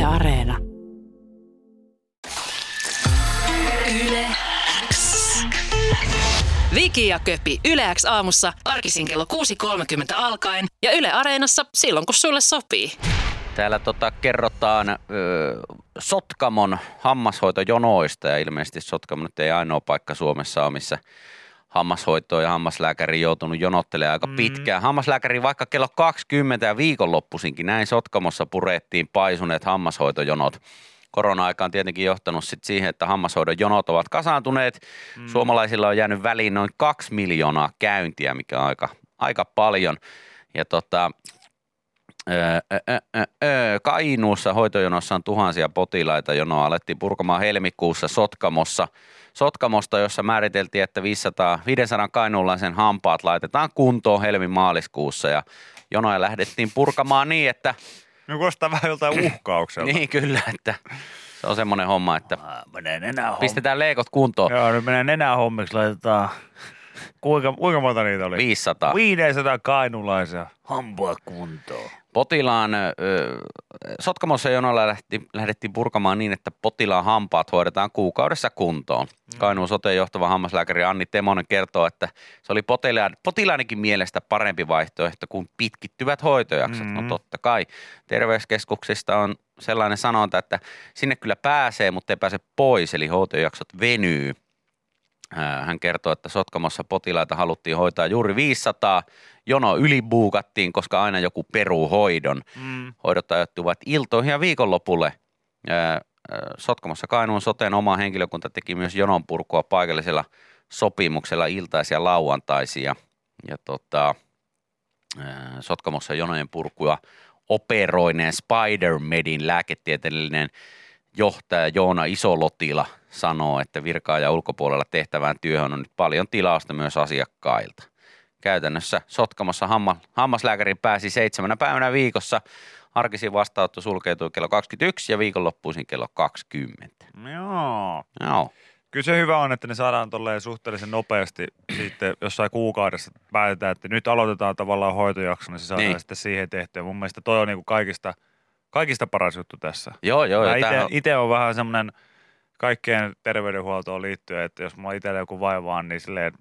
Yle Areena. Yle X. Viki ja Köpi Yle X aamussa arkisin kello 6.30 alkaen ja Yle Areenassa silloin kun sulle sopii. Täällä kerrotaan Sotkamon hammashoitojonoista ja ilmeisesti Sotkamo nyt ei ainoa paikka Suomessa ole, missä hammashoitoa ja hammaslääkäri joutunut jonottelemaan aika pitkään. Hammaslääkäri vaikka kello 20 ja viikonloppuisinkin näin Sotkamossa purettiin paisuneet hammashoitojonot. Korona-aika on tietenkin johtanut sit siihen, että hammashoidon jonot ovat kasaantuneet. Suomalaisilla on jäänyt väliin noin 2 miljoonaa käyntiä, mikä on aika paljon. Ja Kainuussa hoitojonossa on tuhansia potilaita. Jonoa alettiin purkamaan helmikuussa Sotkamosta, jossa määriteltiin, että 500 kainuulaisen hampaat laitetaan kuntoon maaliskuussa ja jonoja lähdettiin purkamaan niin, että no kuulostaa vähän joltain uhkaukselta. Niin kyllä, että se on semmoinen homma, että pistetään leikot kuntoon. Joo, nyt menee nenähommiksi, laitetaan, kuinka monta niitä oli? 500. 500 kainulaisia hampaat kuntoon. Potilaan, Sotkamossa jonolla lähdettiin purkamaan niin, että potilaan hampaat hoidetaan kuukaudessa kuntoon. Kainuun soteen johtava hammaslääkäri Anni Temonen kertoo, että se oli potilaanikin mielestä parempi vaihtoehto kuin pitkittyvät hoitojaksot. No totta kai. Terveyskeskuksista on sellainen sanonta, että sinne kyllä pääsee, mutta ei pääse pois, eli hoitojaksot venyy. Hän kertoo, että Sotkamossa potilaita haluttiin hoitaa juuri 500. Jono ylibuukattiin, koska aina joku peruu hoidon. Hoidot ajoittuvat iltoihin ja viikonlopulle. Sotkamossa Kainuun soteen oma henkilökunta teki myös jonon purkua paikallisella sopimuksella iltaisia lauantaisia. Ja Sotkamossa jonojen purkua operoineen Spider-Medin lääketieteellinen johtaja Joona Isolotila sanoo, että virkaa ja ulkopuolella tehtävään työhön on nyt paljon tilausta myös asiakkailta. Käytännössä Sotkamossa hammaslääkäri pääsi 7 päivänä viikossa. Arkisin vastaanotto sulkeutui kello 21 ja viikonloppuisin kello 20. Joo. Kyllä se hyvä on, että ne saadaan tolleen suhteellisen nopeasti sitten jossain kuukaudessa päätetään, että nyt aloitetaan tavallaan hoitojakso, niin se saadaan sitten siihen tehtyä. Mun mielestä toi on niinku kaikista paras juttu tässä. Joo. Itse on vähän semmoinen kaikkeen terveydenhuoltoon liittyen, että jos mulla itsellä joku vaiva on, niin silleen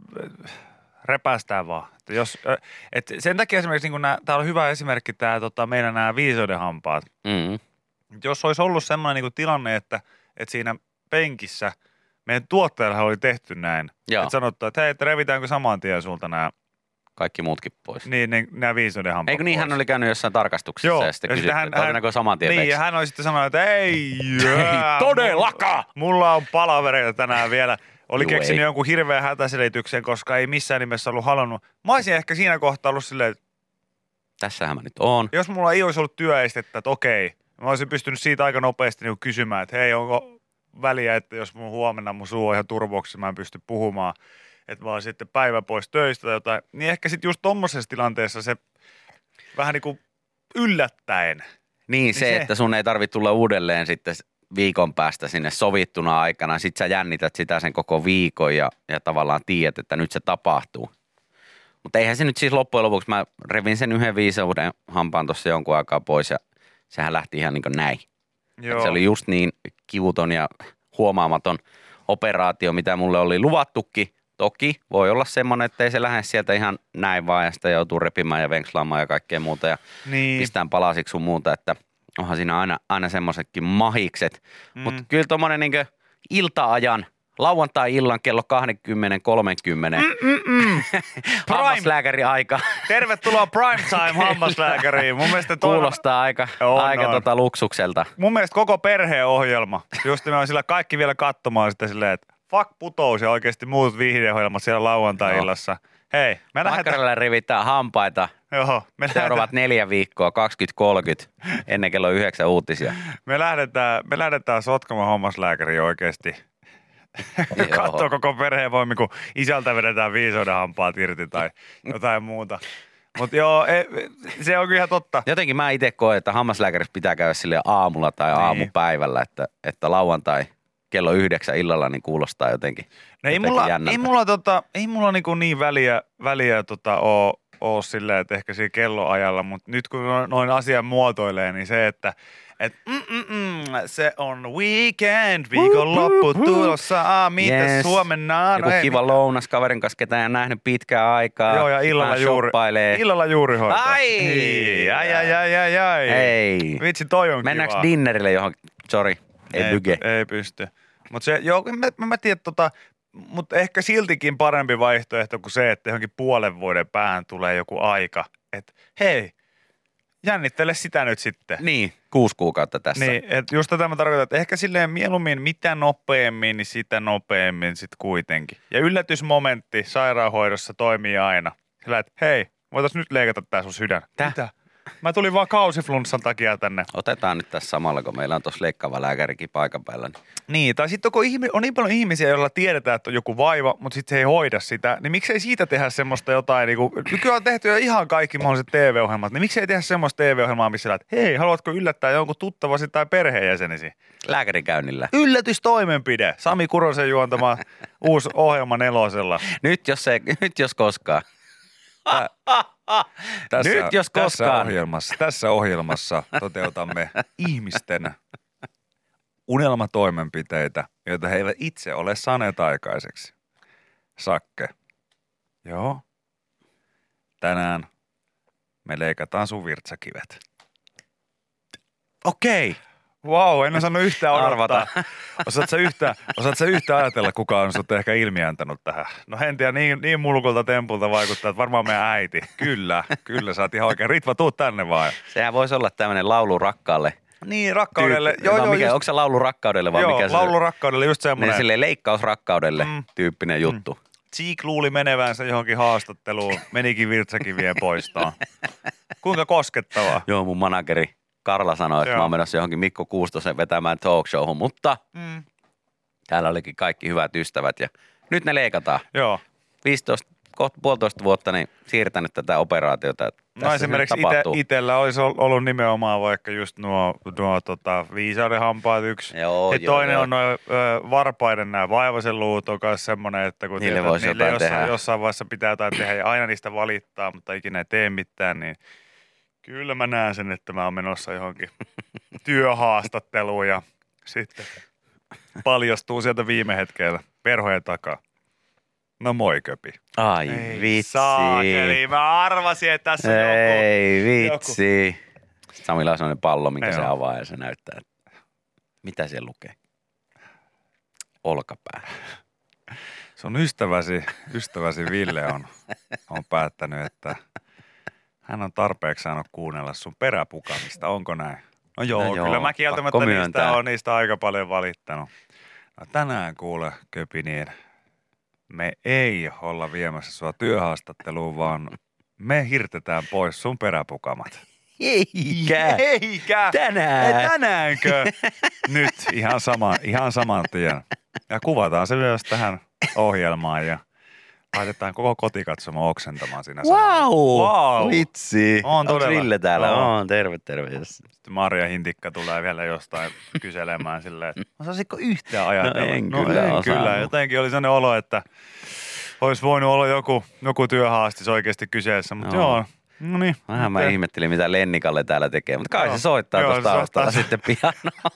repästään vaan. Että sen takia esimerkiksi niin tämä on hyvä esimerkki meidän nämä viisoudenhampaat. Jos olisi ollut semmoinen niin tilanne, että siinä penkissä meidän tuottajalla oli tehty näin. Että sanottu, että hei, että revitäänkö saman tien sulta nämä kaikki muutkin pois. Niin, nämä viisoudenhampaat. Eikö niin, pois. hän oli käynyt jossain tarkastuksessa Joo, ja sitten kysytty, että otetaanko saman tien Niin, ja hän oli sitten sanonut, että ei todellakaan! Mulla on palavereita tänään vielä. Oli keksinyt jonkun hirveän hätäselityksen, koska ei missään nimessä ollut halunnut. Mä olisin ehkä siinä kohtaa ollut silleen, että tässähän mä nyt oon. Jos mulla ei olisi ollut työestettä, että okei, mä olisin pystynyt siitä aika nopeasti niin kysymään, että hei, onko väliä, että jos huomenna mun suu on ihan turvoksissa, mä en pysty puhumaan, että mä oon sitten päivä pois töistä tai jotain. Niin ehkä sitten just tommosessa tilanteessa se vähän niin kuin yllättäen. Niin se, että sun ei tarvitse tulla uudelleen sitten viikon päästä sinne sovittuna aikana. Sitten sä jännität sitä sen koko viikon ja tavallaan tiedät, että nyt se tapahtuu. Mutta eihän se nyt siis loppujen lopuksi, mä revin sen yhden viisauden hampaan tuossa jonkun aikaa pois ja sehän lähti ihan niin kuin näin. Se oli just niin kivuton ja huomaamaton operaatio, mitä mulle oli luvattukin. Toki voi olla semmoinen, että ei se lähde sieltä ihan näin vaan ja sitä joutuu repimään ja venkslaamaan ja kaikkea muuta ja pistään palasiksi sun muuta, että onhan siinä aina semmoisetkin mahikset. Mutta kyllä tommonen niinkö ilta-ajan, lauantai-illan kello 20:30 hammaslääkäri aika. Tervetuloa prime time hammaslääkäriin. Mun mielestä kuulostaa aika luksukselta. Mun mielestä koko perheohjelma. Just me on sillä kaikki vielä katsomaan sitä silleen, että fuck putous ja oikeasti muut viihdeohjelmat siellä lauantai-illassa. Hei, me Makkarilla rivitään hampaita. Joo, seuraavat 4 viikkoa, 20:30 ennen kello 9 uutisia. Me lähdetään Sotkamon hammaslääkäriin oikeasti. Katsoo koko perheen voimin, kun isältä vedetään viisoudenhampaat irti tai jotain muuta. Mutta joo, se on kyllä ihan totta. Jotenkin mä itse koen, että hammaslääkärissä pitää käydä silleen aamulla tai aamupäivällä, että lauantai kello 9 illalla niin kuulostaa jotenkin. No ei mulla niin väliä ole silleen, että ehkä siinä kelloajalla, mutta nyt kun noin asian muotoilee, niin se, että se on weekend, viikonloppu tulossa, mitä huomenna? Joku kiva lounas kaverin kanssa, ketä en nähnyt pitkään aikaa. Joo, ja illalla juuri hoitaa. Ai! Ei. Vitsi, toi on Mennäänkö kiva. dinnerille johonkin? Sori, Ei pysty. Mutta se, joo, mä tiedän, mutta ehkä siltikin parempi vaihtoehto kuin se, että johonkin puolen vuoden päähän tulee joku aika. Että hei, jännittele sitä nyt sitten. Niin, 6 kuukautta tässä. Niin, että just tätä mä tarkoitan, että ehkä silleen mieluummin mitä nopeammin, niin sitä nopeammin sitten kuitenkin. Ja yllätysmomentti sairaanhoidossa toimii aina. Sillä, että hei, voitais nyt leikata tää sun sydän. Mitä? Mä tulin vaan kausiflunssan takia tänne. Otetaan nyt tässä samalla, kun meillä on tuossa leikkaava lääkärikin paikan päällä. Niin, tai sitten on niin paljon ihmisiä, joilla tiedetään, että on joku vaiva, mutta sitten se ei hoida sitä, niin miksei siitä tehdä semmoista jotain, niin kuin, nykyään on tehty jo ihan kaikki mahdolliset TV-ohjelmat, niin miksei tehdä semmoista TV-ohjelmaa, missä että hei, haluatko yllättää jonkun tuttavasi tai perheenjäsenesi? Lääkärikäynnillä. Yllätystoimenpide. Sami Kurosen juontama uusi ohjelma 4. Nyt jos koskaan. Nyt jos koskaan. Tässä ohjelmassa toteutamme ihmisten unelmatoimenpiteitä, joita he eivät itse ole saaneet aikaiseksi. Sakke. Joo. Tänään me leikataan sun virtsakivet. Okei. Vau, en osannut yhtään Arvata. Osaatko sä yhtään ajatella, kuka on sut ehkä ilmiantanut tähän? No en tiedä, niin mulkulta tempulta vaikuttaa, että varmaan meidän äiti. Kyllä, sä oot ihan oikein. Ritva, tuu tänne vaan. Sehän voisi olla tämmöinen laulu rakkaalle. Niin, rakkaudelle. Onko se laulu rakkaudelle vai mikä se? Joo, laulu rakkaudelle, just semmoinen. Niin silleen leikkaus rakkaudelle tyyppinen juttu. Cheek luuli menevänsä johonkin haastatteluun, menikin virtsakivien poistoon. Kuinka koskettavaa. Joo, mun manageri Karla sanoi, että mä oon menossa johonkin Mikko Kuustosen vetämään talk showhun, mutta täällä olikin kaikki hyvät ystävät ja nyt ne leikataan. Joo. 1,5 vuotta niin siirtänyt tätä operaatiota. No esimerkiksi itsellä olisi ollut nimenomaan vaikka just nuo viisauden hampaat yksi. Joo, ja toinen on nuo varpaiden nämä vaivaisen luut on myös semmoinen, että kun niille voisi jotain tehdä. Jossain vaiheessa pitää jotain tehdä ja aina niistä valittaa, mutta ikinä ei tee mitään, niin kyllä mä näen sen, että mä oon menossa johonkin työhaastatteluun ja sitten paljastuu sieltä viime hetkellä perhojen takaa. No moi Köpi. Ai vitsi. Saakeli, mä arvasin, että tässä on joku. Ei vitsi. Samilla on sellainen pallo, minkä se avaa ja se näyttää. Mitä siellä lukee? Olkapää. Sun ystäväsi Ville on päättänyt, että hän on tarpeeksi saanut kuunnella sun peräpukamista. Onko näin? No joo, kyllä mä kieltämättä niistä aika paljon valittanut. No tänään kuule Köpi, niin me ei olla viemässä sua työhaastatteluun, vaan me hirtetään pois sun peräpukamat. Eikä. Tänäänkö? Nyt ihan saman tien. Ja kuvataan se myös tähän ohjelmaan ja laitetaan koko kotikatsomo oksentamaan siinä Wow. Vitsi. On todella. Ville täällä? On, terve. Sitten Marja Hintikka tulee vielä jostain kyselemään silleen, että osaisitko yhtään ajatella? No en kyllä. Jotenkin oli sellainen olo, että olisi voinut olla joku työhaastis oikeasti kyseessä, mutta joo. No niin. Vähän mä ihmettelin, mitä Lennikalle täällä tekee, mutta kai se soittaa tuosta taustalla sitten pianoa.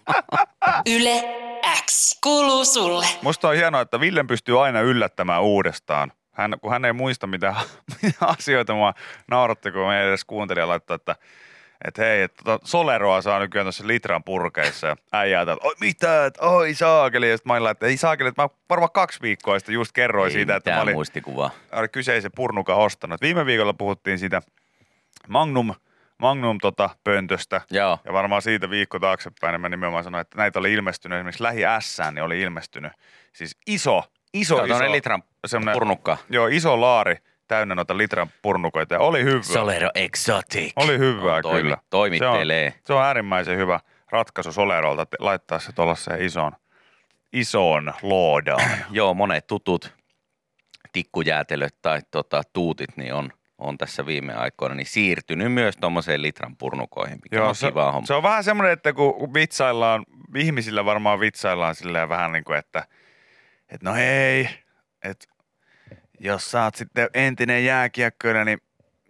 Yle X kuuluu sulle. Musta on hienoa, että Villen pystyy aina yllättämään uudestaan. Kun hän ei muista, mitä asioita mua nauratti, kun me edes kuuntelija laittoi, että hei, että Soleroa saa nykyään tuossa litran purkeissa ja äijää, että oi mitä, että oi saakeli. Ja sitten mä että ei saakeli, että mä varmaan 2 viikkoa sitten just kerroin ei siitä, että mä olin kyseisen purnukan ostanut. Viime viikolla puhuttiin siitä Magnum pöntöstä. Joo. Ja varmaan siitä viikko taaksepäin, niin mä nimenomaan sanoin, että näitä oli ilmestynyt, esimerkiksi Lähi S:ään niin oli ilmestynyt. Siis iso litran purnukka. Joo, iso laari täynnä noita litran purnukoita ja oli hyvä. Solero Exotic. Oli hyvää kyllä. Toimittelee. Se on äärimmäisen hyvä ratkaisu Solerolta laittaa se tuollaiseen isoon loodaan. Joo, monet tutut tikkujäätelöt tai tuutit niin on tässä viime aikoina niin siirtynyt myös tuommoiseen litran purnukoihin, mikä joo, on kiva homma. Se on vähän semmoinen, että kun vitsaillaan, ihmisillä varmaan vitsaillaan silleen vähän niin kuin, että no hei, että jos sä oot sitten entinen jääkiekkoinen, niin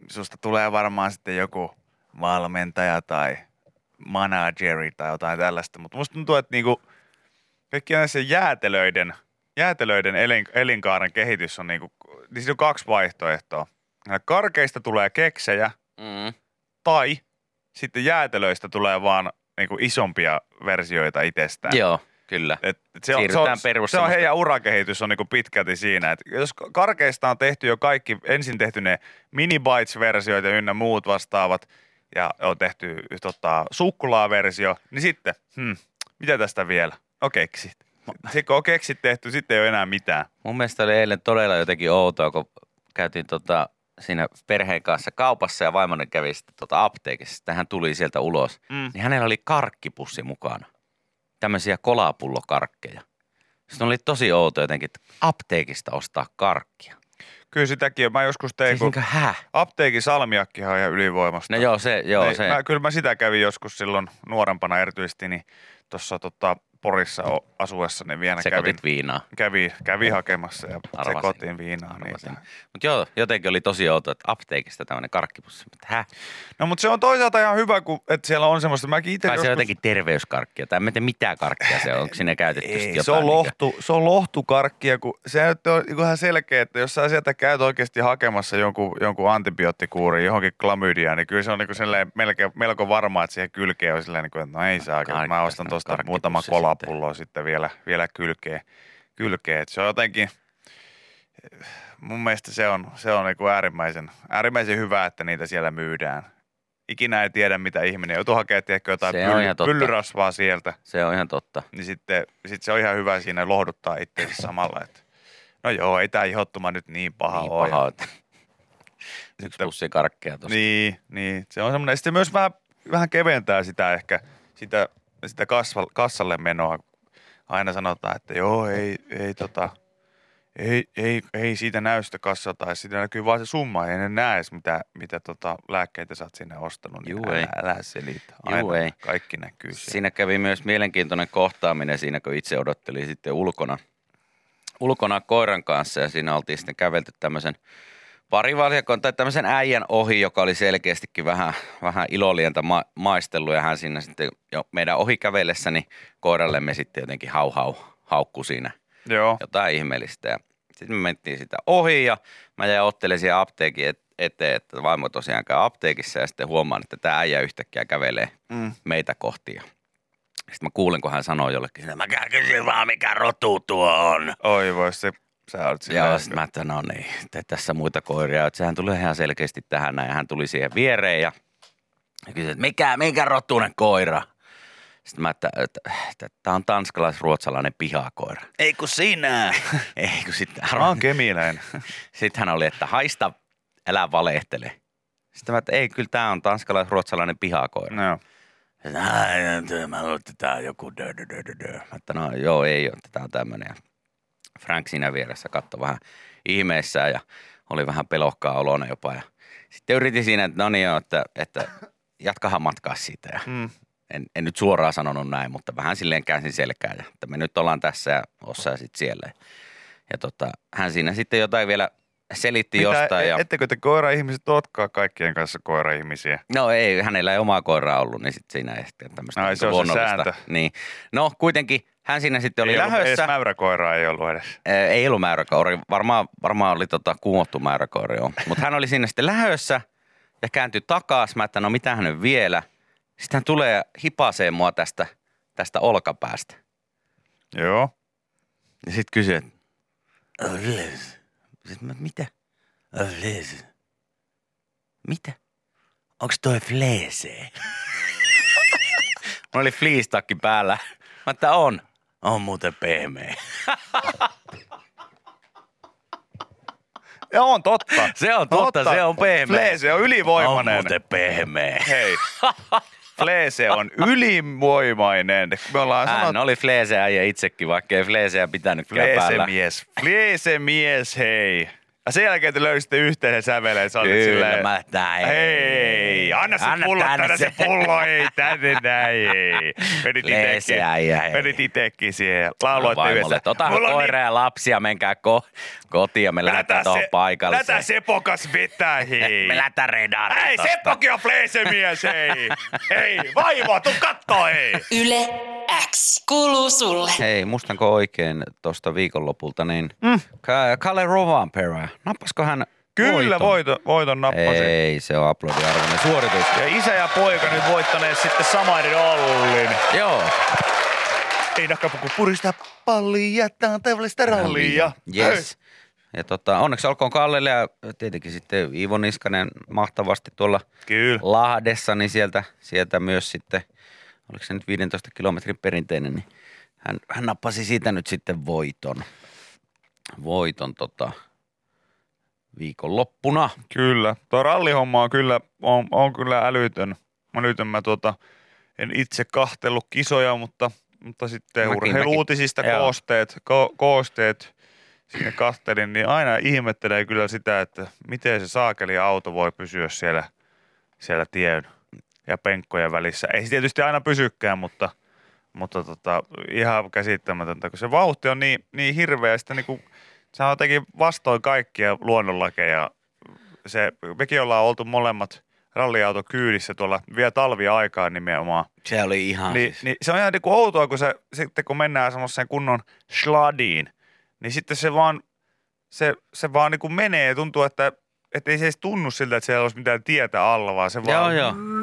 susta tulee varmaan sitten joku valmentaja tai manageri tai jotain tällaista. Mutta musta tuntuu, että niinku kaikki näissä jäätelöiden elinkaaren kehitys on niin siinä on 2 vaihtoehtoa. Karkeista tulee keksejä tai sitten jäätelöistä tulee vaan niinku isompia versioita itsestään. Joo, kyllä. Se on heidän urakehitys on niinku pitkälti siinä, että jos karkeista on tehty jo kaikki, ensin tehty ne mini bites-versioita ynnä muut vastaavat ja on tehty suklaaversio, niin sitten, mitä tästä vielä? Keksit. Sitten kun on keksit tehty, sitten ei ole enää mitään. Mun mielestä oli eilen todella jotenkin outoa, kun käytiin siinä perheen kanssa kaupassa ja vaimoni kävi sitten apteekissa. Sitten hän tuli sieltä ulos. Niin hänellä oli karkkipussi mukana. Tämmöisiä kolapullokarkkeja. Sitten oli tosi outo jotenkin, että apteekista ostaa karkkia. Kyllä sitäkin. Mä joskus tein, siis kun apteekin salmiakkihan on ihan ylivoimasta. No joo, se. Kyllä mä sitä kävin joskus silloin nuorempana erityisesti, niin tuossa Porissa asuessa niin vielä sekoitit viinaa. Kävi hakemassa ja sekoitin viinaa. Mutta joo, jotenkin oli tosi outo, että apteekista tämmöinen karkkipussi. No mutta se on toisaalta ihan hyvä, että siellä on semmoista. Kai se on jotenkin terveyskarkkia, tai en tiedä mitä karkkia se on, onko sinne käytetty jotain? Se on lohtukarkkia, kun se nyt on ihan selkeä, että jos sä sieltä käyt oikeasti hakemassa jonkun antibioottikuurin johonkin klamydiaan, niin kyllä se on niin melko varma, että siihen kylkeen on silleen, että no ei saa, mä ostan tuosta muutama kolapulloa sitten vielä kylkeen. Että se on jotenkin, mun mielestä se on niin kuin äärimmäisen hyvä, että niitä siellä myydään. Ikinä ei tiedä, mitä ihminen joutuu hakemaan, tiedätkö jotain pyllyrasvaa sieltä. Se on ihan totta. Niin sitten se on ihan hyvä siinä lohduttaa itseänsä samalla, että no joo, ei tämä ihottuma nyt niin paha ole. Yksi pussi karkkeja tuosta. Niin, se on semmoinen. Sitten myös vähän keventää sitä ehkä, sitä kassalle menoa. Aina sanotaan, että joo, ei siitä näy sitä kassaa, tai siitä näkyy vaan se summa, ei ne näe edes, mitä lääkkeitä sä oot sinne ostanut. Niin älä selitä. Aina kaikki näkyy siellä. Siinä kävi myös mielenkiintoinen kohtaaminen siinä, kun itse odotteli sitten ulkona koiran kanssa, ja siinä oltiin sitten kävelty tämmöisen parivaljakon tai tämmöisen äijän ohi, joka oli selkeästikin vähän ilolientä maistellut, ja hän siinä sitten jo meidän ohi kävellessäni koirallemme sitten jotenkin haukku siinä jotain ihmeellistä. Ja sitten me mentiin sitä ohi, ja mä jäin ottelemaan siihen apteekin eteen, että vaimo tosiaan käy apteekissa, ja sitten huomaan, että tämä äijä yhtäkkiä kävelee meitä kohti. Sitten mä kuulen, kun hän sanoo jollekin, että mä kysyn vaan, mikä rotu tuo on. Oi voi se. Ja sitten mä että no niin, tässä muita koiria, että sehän tuli ihan selkeästi tähän näin, ja hän tuli siihen viereen ja kysyi, että mikä rotuinen koira? Sitten mä että tää on tanskalais-ruotsalainen pihakoira. Ei kun sinä. Ei kun sitten. Mä oon kemiläinen. Sitten hän oli, että haista, älä valehtele. Sitten mä että ei, kyllä tää on tanskalais-ruotsalainen pihakoira. No. Mä luulen, että tää on joku Mä että no joo, ei ole, tää on tämmönen. Frank siinä vieressä katsoi vähän ihmeissään ja oli vähän pelokkaa oloinen jopa. Ja sitten yritin siinä, että no niin joo, että jatkahan matkaa siitä. Ja en nyt suoraan sanonut näin, mutta vähän silleen käänsin selkään. Ja, että me nyt ollaan tässä ja ossa sitten siellä. Ja hän siinä sitten jotain vielä selitti jostain. Ettekö te koira-ihmiset ootkaan kaikkien kanssa koira-ihmisiä? No ei, hänellä ei omaa koiraa ollut, niin sitten siinä ei sitten tämmöistä se on se sääntö. Niin. No kuitenkin hän siinä sitten oli lähössä. Edes mäyräkoiraa ei ollut edes. Ei ollut mäyräkoira, varmaan oli kuumottu mäyräkoira, joo. Mutta hän oli siinä sitten lähössä ja kääntyi takaisin. Mä että no mitä hän nyt vielä. Sitten hän tulee hipasee mua tästä olkapäästä. Joo. Ja sitten kysyy, että sitten mä, mitä? Mitä? Onks toi fleesee? Mulla oli fleece-takki päällä. Mä että on muuten pehmeä. Ja on totta. Se on totta, se on pehmeä. Fleese on ylivoimainen. On muuten pehmeä. Hei. Fleese on ylivoimainen. Me ollaan hän oli fleeseäjä itsekin, vaikka ei fleeseä pitänytkään päällä. Fleesemies, hei. Ja sen jälkeen te löysitte yhteisen säveleen. Kyllä, mä näin. Hei, anna se pullo, ei tänne näin. Menit itekin siihen. Lauloitte yhdessä. Ota koira ja lapsia, menkää kotiin ja me lähdetään tuohon paikalliseen. Lätä Sepokas vetää, hei. Me lähdetään redaan. Hei, Seppokin on fleesemies, hei. Hei, vaivoa, tuu kattoo, hei. Yle X kuuluu sulle. Hei, muistanko oikein tuosta viikonlopulta, niin Kalle Rovanperä, nappasko hän Kyllä, voiton nappasi. Ei, se on aplodiarvoinen suoritus. Ja isä ja poika nyt voittaneet sitten Samainen Ollin. Joo. Ei nahkapuku puristaa pallia, jättää tavallista rallia. Yes. Ja onneksi olkoon Kallelle ja tietenkin sitten Iivo Niskanen mahtavasti tuolla Kyllä. Lahdessa, niin sieltä myös sitten, oliko se nyt 15 kilometrin perinteinen, niin hän nappasi siitä nyt sitten voiton viikonloppuna. Kyllä. Tuo rallihomma on kyllä, on kyllä älytön. Mä en itse kahtellut kisoja, mutta sitten urheiluutisista koosteet siinä kahtelin, niin aina ihmettelee kyllä sitä, että miten se saakeli auto voi pysyä siellä tien ja penkkojen välissä. Ei se tietysti aina pysykään, mutta ihan käsittämätöntä, kun se vauhti on niin hirveä, sitä niin se on jotenkin vastoin kaikkia luonnonlakeja. Mekin ollaan oltu molemmat ralliauto kyydissä tuolla vielä talviaikaan nimenomaan. Se oli ihan niin se on ihan niin kuin outoa, kun sitten kun mennään semmoiseen kunnon sladiin, niin sitten se vaan niin kuin menee ja tuntuu, että ei se edes tunnu siltä, että siellä olisi mitään tietä alla, vaan se vaan...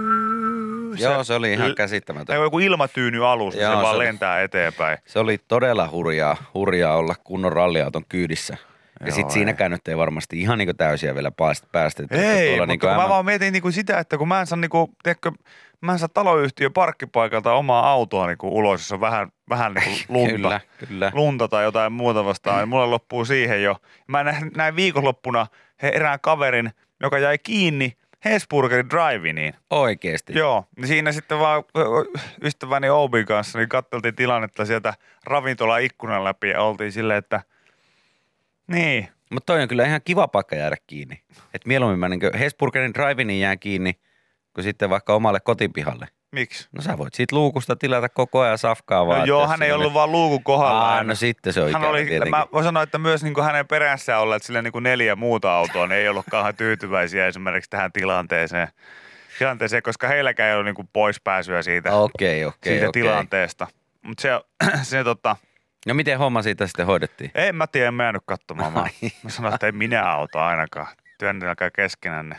Joo, se oli ihan käsittämätön. Tai joku ilmatyyny alus, se vaan lentää eteenpäin. Se oli todella hurjaa olla kunnon ralliauton kyydissä. Ja sitten siinäkään nyt ei varmasti ihan niin täysiä vielä päästetty. Ei, mutta niin mä vaan mietin niin sitä, että kun mä en saa taloyhtiön parkkipaikalta omaa autoa niin ulos, jos on vähän niin lunta, lunta tai jotain muuta vastaan, niin mulla loppuu siihen jo. Mä näin viikonloppuna erään kaverin, joka jäi kiinni Hesburgerin drive-iniin. Oikeesti? Joo. Siinä sitten vaan ystäväni Obin kanssa niin katseltiin tilannetta sieltä ravintola-ikkunan läpi ja oltiin silleen, että niin. Mutta toi on kyllä ihan kiva paikka jäädä kiinni. Että mieluummin mä niin Hesburgerin drive-iniin jään kiinni, kuin sitten vaikka omalle kotipihalle. Miksi? No sä voit siitä luukusta tilata koko ajan safkaa vaan. No joo, hän ei ollut vaan luukun kohdalla. No sitten se on ikävä tietenkin. Mä voin sanoa, että myös niin kuin hänen perässään olleet sille niin kuin 4 muuta autoa, niin ei ollut kauhean tyytyväisiä esimerkiksi tähän tilanteeseen, koska heilläkään ei ollut niin kuin pois pääsyä siitä tilanteesta. Mutta se No miten homma siitä sitten hoidettiin? En mä tiedä, en mä jäänyt katsomaan. Mä sanoin, että ei minä auta ainakaan. Työnnelkää keskenään ne.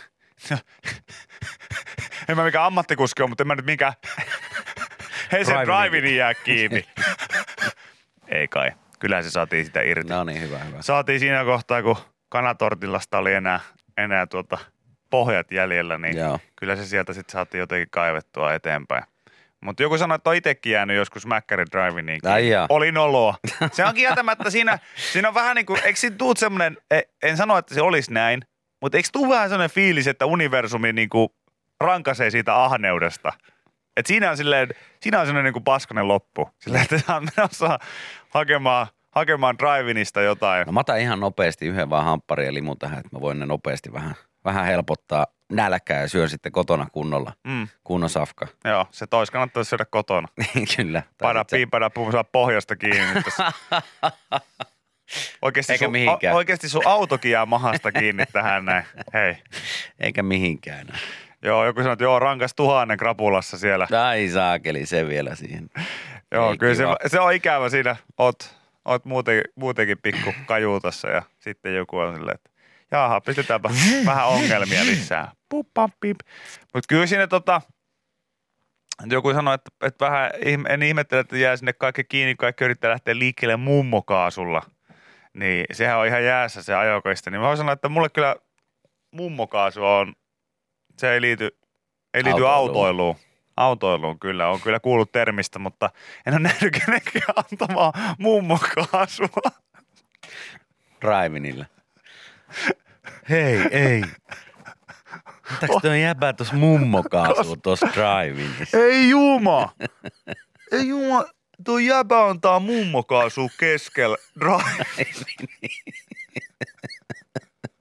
En mä mikään ammattikuski ole, mutta en mä nyt mikään Hesen drive-ini jää kiinni. Ei kai. Kyllähän se saatiin sitä irti. No niin, hyvä. Saatiin siinä kohtaa, kun kanatortillasta oli enää pohjat jäljellä, niin kyllä se sieltä sitten saatiin jotenkin kaivettua eteenpäin. Mutta joku sanoi, että on itsekin jäänyt joskus Mäkkärin drive-iniin. Oli noloa. Se on kieltämättä siinä on vähän niin kuin, eikö siinä tuut semmoinen, en sano, että se olisi näin, mutta eikö tuu vähän semmoinen fiilis, että universumi niin kuin rankaisee siitä ahneudesta? Että siinä on semmoinen niin kuin paskanen loppu. Sillä että sä oot menossa hakemaan drive-inista jotain. No mä otan ihan nopeasti yhden vaan hampparin ja limun tähän, että mä voin ne nopeasti vähän helpottaa nälkää ja syön sitten kotona kunnon safka. Joo, se tois kannattaa syödä kotona. Kyllä. Padapuu saa pohjasta kiinni. Oikeasti sun autokin jää mahasta kiinni tähän näin. Hei. Eikä mihinkään. Joo, joku sanoo, että rankas 1000 krapulassa siellä. Ai saakeli, se vielä siihen. Joo, kyllä se on ikävä siinä. Oot muutenkin pikku kajuutassa ja sitten joku on silleen, että jaha, pistetäänpä vähän ongelmia lisää. Mutta kyllä siinä joku sanoi, että vähän en ihmettele, että jää sinne kaikki kiinni, kaikki yrittää lähteä liikkeelle mummokaasulla. Niin sehän on ihan jäässä se ajokaista. Niin mä voin sanoa, että mulle kyllä mummokaasu se ei liity autoiluun. Autoiluun kyllä, on kyllä kuullut termistä, mutta en ole nähnyt kenenkään antamaan mummokaasua. Drive-inillä. Hei, ei. Otaks toi jäbää tuossa mummokaasua tuossa drive-inissa? Ei juma! Tuo jäbä antaa mummokaasua keskellä drive-in.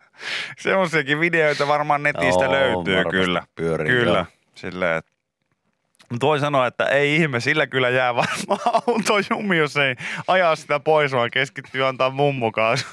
Semmoisiakin videoita varmaan netistä löytyy kyllä. Pyörii, Kyllä, silleen, että mutta voi sanoa, että ei ihme, sillä kyllä jää varmaan auto jumi, jos ei ajaa sitä pois, vaan keskittyy antaa mummukaasun.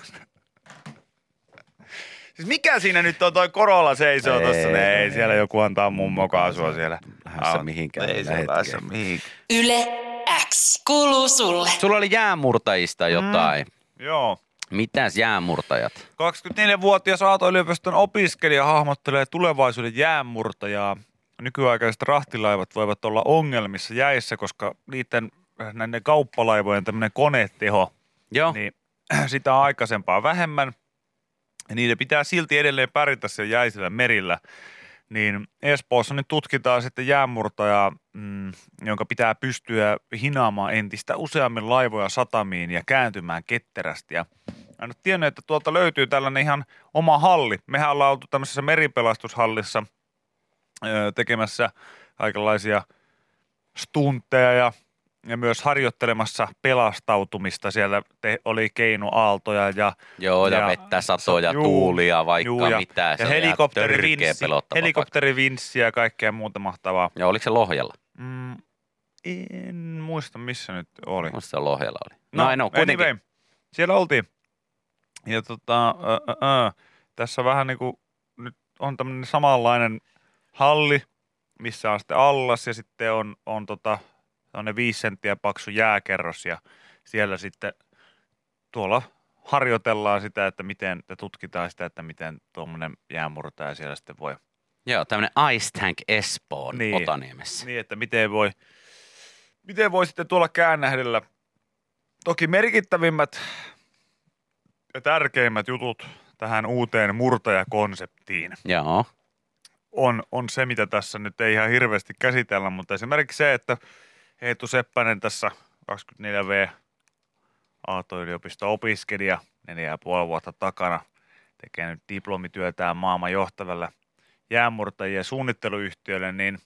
Siis mikä siinä nyt on toi Corolla seisoo tossa? Ei siellä joku antaa mummokaasua siellä. Lähdössä mihinkään. Ei se lähdössä mihinkään. Yle X kuuluu sulle. Sulla oli jäämurtajista jotain. Joo. Mitäs jäämurtajat? 24-vuotias Aalto-yliopiston opiskelija hahmottelee tulevaisuuden jäänmurtajaa. Nykyaikaiset rahtilaivat voivat olla ongelmissa jäissä, koska näiden kauppalaivojen tämmöinen koneteho, Joo. niin sitä on aikaisempaa vähemmän. Ja niiden pitää silti edelleen pärjätä siellä jäisillä merillä. Niin Espoossa nyt tutkitaan sitten jäänmurtajaa, jonka pitää pystyä hinaamaan entistä useammin laivoja satamiin ja kääntymään ketterästi. Ja en ole tiennyt, että tuolta löytyy tällainen ihan oma halli. Mehän ollaan oltu tämmöisessä meripelastushallissa tekemässä kaikenlaisia stuntteja ja myös harjoittelemassa pelastautumista. Siellä oli keinuaaltoja ja vettä, satoja, tuulia, vaikka mitä. Ja helikopterivinssi ja kaikkea muuta mahtavaa. Ja oliko se Lohjalla? En muista, missä nyt oli. Musta se Lohjalla oli. No kuitenkin. Anyway, siellä oltiin. Ja tässä vähän niin kuin nyt on tämmöinen samanlainen halli, missä on sitten allas ja sitten on tämmöinen 5 senttiä paksu jääkerros ja siellä sitten tuolla harjoitellaan sitä, että miten, ja tutkitaan sitä, että miten tuommoinen jäänmurtaja siellä sitten voi. Joo, tämmöinen Ice Tank Espoon Otaniemessä. Niin, että miten voi sitten tuolla käännähdellä. Toki merkittävimmät ja tärkeimmät jutut tähän uuteen murtajakonseptiin. Joo. On se, mitä tässä nyt ei ihan hirveästi käsitellä, mutta esimerkiksi se, että Eetu Seppänen tässä 24V Aalto-yliopiston opiskelija 4,5 vuotta takana tekee nyt diplomityötään maailman johtavalle jäänmurtajien suunnitteluyhtiölle, niin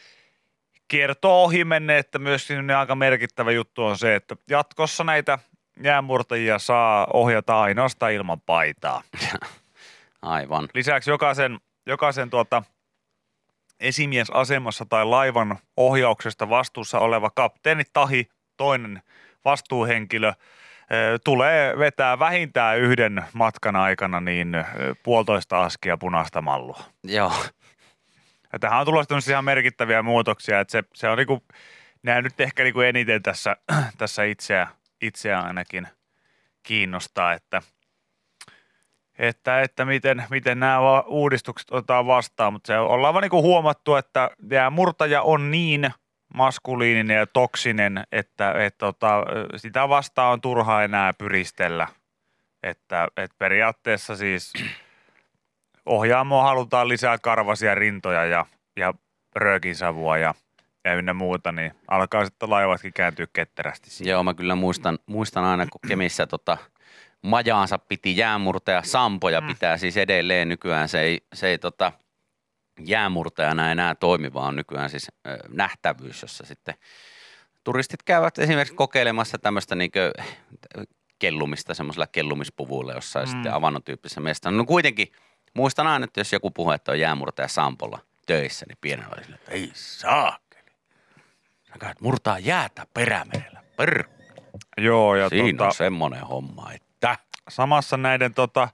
kertoo ohimenne, että myös aika merkittävä juttu on se, että jatkossa näitä jäänmurtajia saa ohjata ainoastaan ilman paitaa. Aivan. Lisäksi jokaisen esimiesasemassa tai laivan ohjauksesta vastuussa oleva kapteeni tahi toinen vastuuhenkilö tulee vetää vähintään yhden matkan aikana niin 1,5 askia punaista mallua. Joo. Ja tähän on tulossa ihan merkittäviä muutoksia, että se on niinku, nämä nyt ehkä niinku eniten tässä itseä ainakin kiinnostaa, että miten nämä uudistukset otetaan vastaan, mutta se ollaan vaan niinku huomattu, että murtaja on niin maskuliininen ja toksinen, että sitä vastaan on turha enää pyristellä, että periaatteessa siis ohjaamoon halutaan lisää karvasia rintoja ja röökinsavua ja ynnä muuta, niin alkaa sitten laivatkin kääntyä ketterästi siihen. Joo, mä kyllä muistan aina, kun Kemissä majaansa piti jäänmurtaja Sampoja pitää siis edelleen nykyään. Se ei jäämurtajana enää toimi, vaan nykyään siis nähtävyys, jossa sitten turistit käyvät esimerkiksi kokeilemassa tämmöistä niinkö kellumista semmoisella kellumispuvuilla jossain sitten avannotyyppisessä mestassa. No kuitenkin muistan aina, että jos joku puhuu, että on jäämurtaja Sampolla töissä, niin pienellä oli silleen, että ei saakeli. Sä käyt murtaa jäätä Perämerellä. Joo, ja siinä on semmoinen homma, että samassa näiden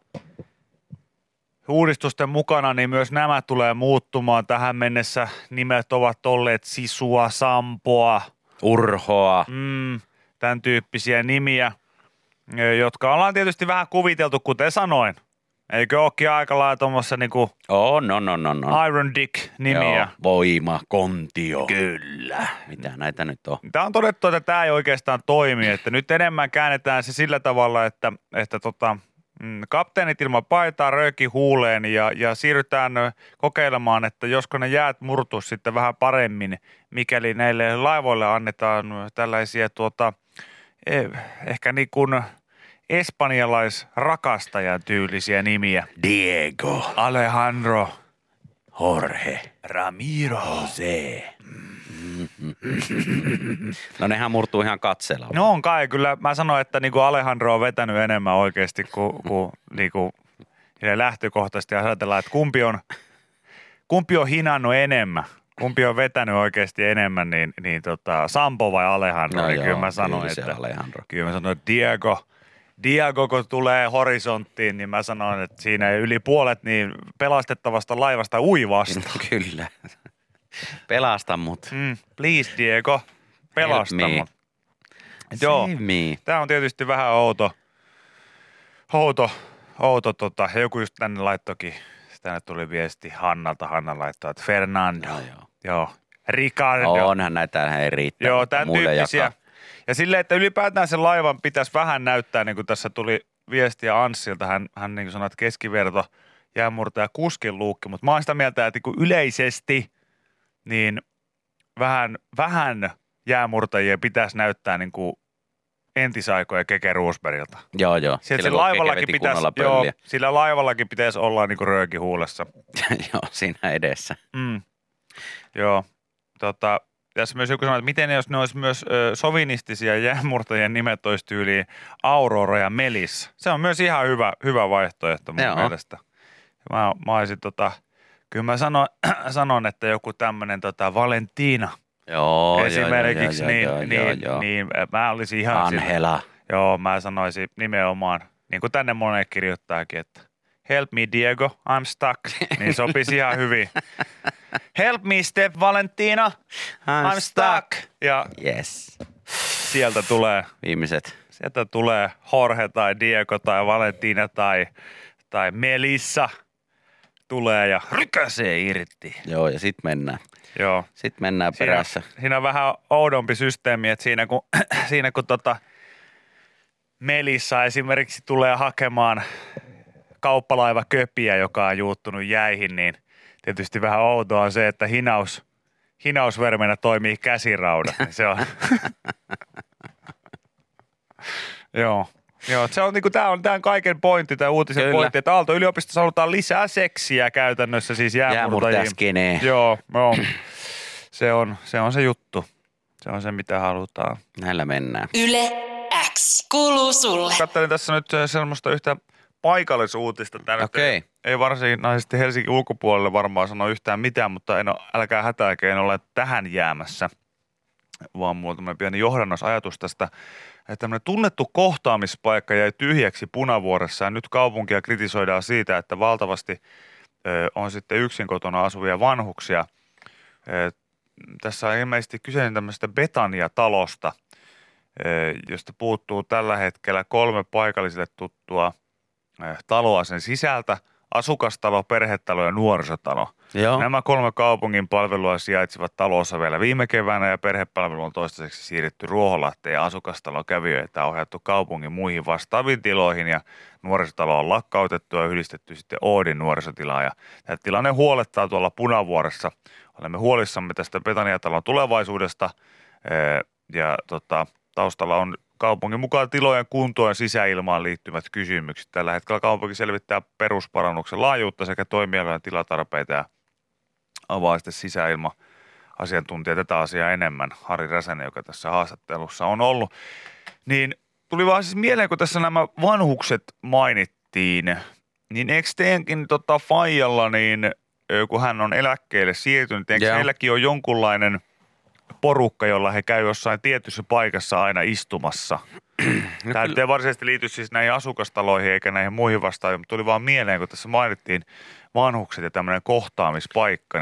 uudistusten mukana, niin myös nämä tulee muuttumaan. Tähän mennessä nimet ovat olleet Sisua, Sampoa, Urhoa, tämän tyyppisiä nimiä, jotka ollaan tietysti vähän kuviteltu, kuten sanoin. Eikö olekin aika lailla tuommoissa niinku Iron Dick-nimiä? Joo, Voima, Kontio. Kyllä. Mitä näitä nyt on? Tämä on todettu, että tämä ei oikeastaan toimi. Että nyt enemmän käännetään se sillä tavalla, että kapteenit ilman paitaa, rööki huuleen ja siirrytään kokeilemaan, että josko ne jäät murtuisi sitten vähän paremmin, mikäli näille laivoille annetaan tällaisia ehkä niin kuin espanjalaisrakastajan tyylisiä nimiä. Diego, Alejandro, Jorge, Ramiro, Jose. No nehän murtuu ihan katseella. No on kai, kyllä mä sanoin, että niinku Alejandro on vetänyt enemmän oikeasti kuin niinku lähtökohtaisesti ajatellaan, että kumpi on hinannut enemmän, kumpi on vetänyt oikeasti enemmän, niin Sampo vai Alejandro, No niin joo, kyllä mä sanoin, kyllä se että Alejandro. kyllä mä sanoin, että Diego, kun tulee horisonttiin, niin mä sanoin, että siinä yli puolet niin pelastettavasta laivasta ui vasta. Kyllä. Pelasta mut. Please Diego, pelasta Help me. mut. Joo, Save me. tää on tietysti vähän outo, ja joku just tänne laittokin, tänne tuli viesti Hanna laittoi, että Fernando, joo, Ricardo. Onhan näitä ei riittää. Joo, mutta tämän muille tyyppisiä. jakaa. Ja silleen, että ylipäätään sen laivan pitäisi vähän näyttää, niin kuin tässä tuli viestiä Anssilta, hän niin kuin sanoi, että keskiverto jäänmurtaja kuskin luukki, mutta mä oon sitä mieltä, että niin yleisesti niin vähän jäämurtajia pitäisi näyttää niin kuin entisaikoja Keke Roosbergilta. Joo. Sillä laivallakin pitäisi olla niin kuin rööki huulessa. Joo, siinä edessä. Joo, tässä myös joku sanoi, että miten jos ne olisi myös sovinistisia jäänmurtajien nimet olisi tyyliin Aurora ja Melis. Se on myös ihan hyvä vaihtoehto mun mielestä. Mä olisin kyllä mä sanon, että joku tämmöinen Valentina esimerkiksi, niin mä olisin ihan Angela. Joo, mä sanoisin nimenomaan, niin kuin tänne monet kirjoittaakin, että help me Diego, I'm stuck, niin sopisi ihan hyvin. Help me Steph Valentina, I'm stuck. Ja yes. sieltä tulee Viimeiset. Sieltä tulee Jorge tai Diego tai Valentina tai Melissa tulee ja rykäsee irti. Joo, ja sit mennään. Joo. Sitten mennään perässä. Siinä on vähän oudompi systeemi, että siinä kun Melissa esimerkiksi tulee hakemaan kauppalaiva köpiä, joka on juuttunut jäihin, niin tietysti vähän outoa on se, että hinausvermenä toimii käsiraudat. Niin se on. Joo, se on niinku tää on kaiken pointti, tää uutisen pointti, että Aalto-yliopistossa halutaan lisää seksiä käytännössä siis jäämurtajiin. Joo. Se on se juttu. Se on se, mitä halutaan. Näillä mennään. Yle X kuuluu sulle. Katselin tässä nyt semmoista yhtä paikallisuutista. Okei. Ei varsinaisesti Helsingin ulkopuolelle varmaan sano yhtään mitään, mutta älkää hätääkään, en ole tähän jäämässä. Vaan mulla on pieni johdannosajatus tästä. Että tämmöinen tunnettu kohtaamispaikka jäi tyhjäksi Punavuoressa ja nyt kaupunkia kritisoidaan siitä, että valtavasti on sitten yksin kotona asuvia vanhuksia. Tässä on ilmeisesti kyse tämmöisestä Betania-talosta, josta puuttuu tällä hetkellä 3 paikallisille tuttua taloa sen sisältä. Asukastalo, perhetalo ja nuorisotalo. Joo. Nämä 3 kaupungin palvelua sijaitsivat talossa vielä viime keväänä ja perhepalvelu on toistaiseksi siirretty Ruoholahteen ja asukastalon kävijöitä on ohjattu kaupungin muihin vastaaviin tiloihin ja nuorisotalo on lakkautettu ja yhdistetty sitten Oodin nuorisotilaan. Ja tämä tilanne huolettaa tuolla Punavuoressa. Olemme huolissamme tästä Betania-talon tulevaisuudesta ja taustalla on kaupungin mukaan tilojen kuntoon ja sisäilmaan liittyvät kysymykset. Tällä hetkellä kaupunki selvittää perusparannuksen laajuutta sekä toimialojen tilatarpeita ja avaa sitten sisäilma-asiantuntija tätä asiaa enemmän. Harri Räsänen, joka tässä haastattelussa on ollut. Niin tuli vaan siis mieleen, kun tässä nämä vanhukset mainittiin, niin eikö teidänkin faijalla, niin kun hän on eläkkeelle siirtynyt, eikö heilläkin ole jonkunlainen porukka, jolla he käy jossain tietyssä paikassa aina istumassa? Tämä ei varsinaisesti liity siis näihin asukastaloihin eikä näihin muihin vastaaviin, mutta tuli vaan mieleen, kun tässä mainittiin vanhukset ja tämmöinen kohtaamispaikka,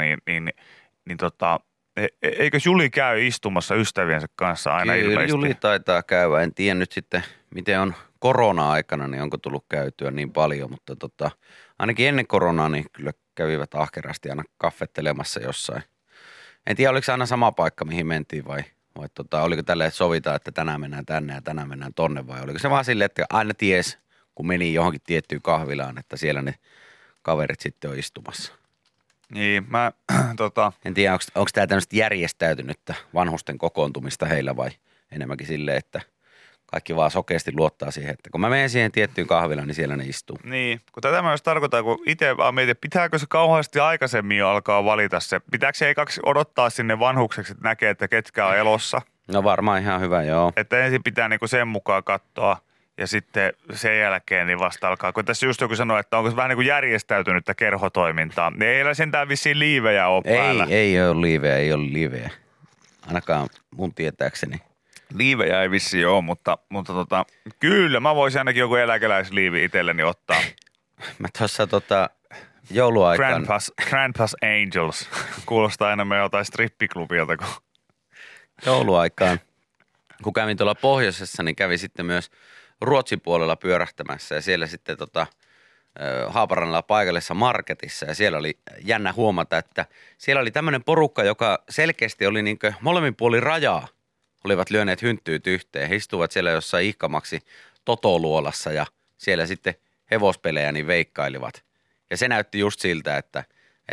eikö Juli käy istumassa ystäviensä kanssa aina Kyllä, ilmeisesti? Juli taitaa käydä. En tiedä nyt sitten, miten on korona-aikana, niin onko tullut käytyä niin paljon, mutta ainakin ennen koronaa niin kyllä kävivät ahkerasti aina kaffettelemassa jossain. En tiedä, oliko se aina sama paikka, mihin mentiin vai oliko tälleen, että sovitaan, että tänään mennään tänne ja tänään mennään tonne vai oliko se vaan silleen, että aina ties, kun meni johonkin tiettyyn kahvilaan, että siellä ne kaverit sitten on istumassa. Niin, En tiedä, onko tämä tämmöistä järjestäytynyttä vanhusten kokoontumista heillä vai enemmänkin silleen, että kaikki vaan sokeasti luottaa siihen, että kun mä menen siihen tiettyyn kahvilaan, niin siellä ne istuu. Niin, kun tätä myös tarkoittaa, kun itse vaan mietin, pitääkö se kauheasti aikaisemmin jo alkaa valita se. Pitääkö se ekaksi odottaa sinne vanhukseksi, että näkee, että ketkä on elossa? No varmaan ihan hyvä, joo. Että ensin pitää niinku sen mukaan katsoa Ja sitten sen jälkeen niin vasta alkaa, kun tässä just joku sanoi, että onko se vähän niin kuin järjestäytynyttä kerhotoimintaa. Niin ei ole sentään vissiin liivejä ole päällä. Ei ole liivejä. Ainakaan mun tietääkseni. Liivejä ei vissiin ole, mutta kyllä mä voisin ainakin joku eläkeläisliivi itselleni ottaa. Mä tuossa jouluaikaan... Grandpa's Angels. Kuulostaa enemmän jotain strippiklubilta kuin... Jouluaikaan, kun kävin tuolla pohjoisessa, niin kävin sitten myös Ruotsin puolella pyörähtämässä ja siellä sitten Haaparannalla paikallisessa marketissa ja siellä oli jännä huomata, että siellä oli tämmöinen porukka, joka selkeästi oli niinkö molemmin puolin rajaa, olivat lyöneet hynttyyt yhteen. He istuvat siellä jossain ihkamaksi totoluolassa ja siellä sitten hevospelejä niin veikkailivat. Ja se näytti just siltä, että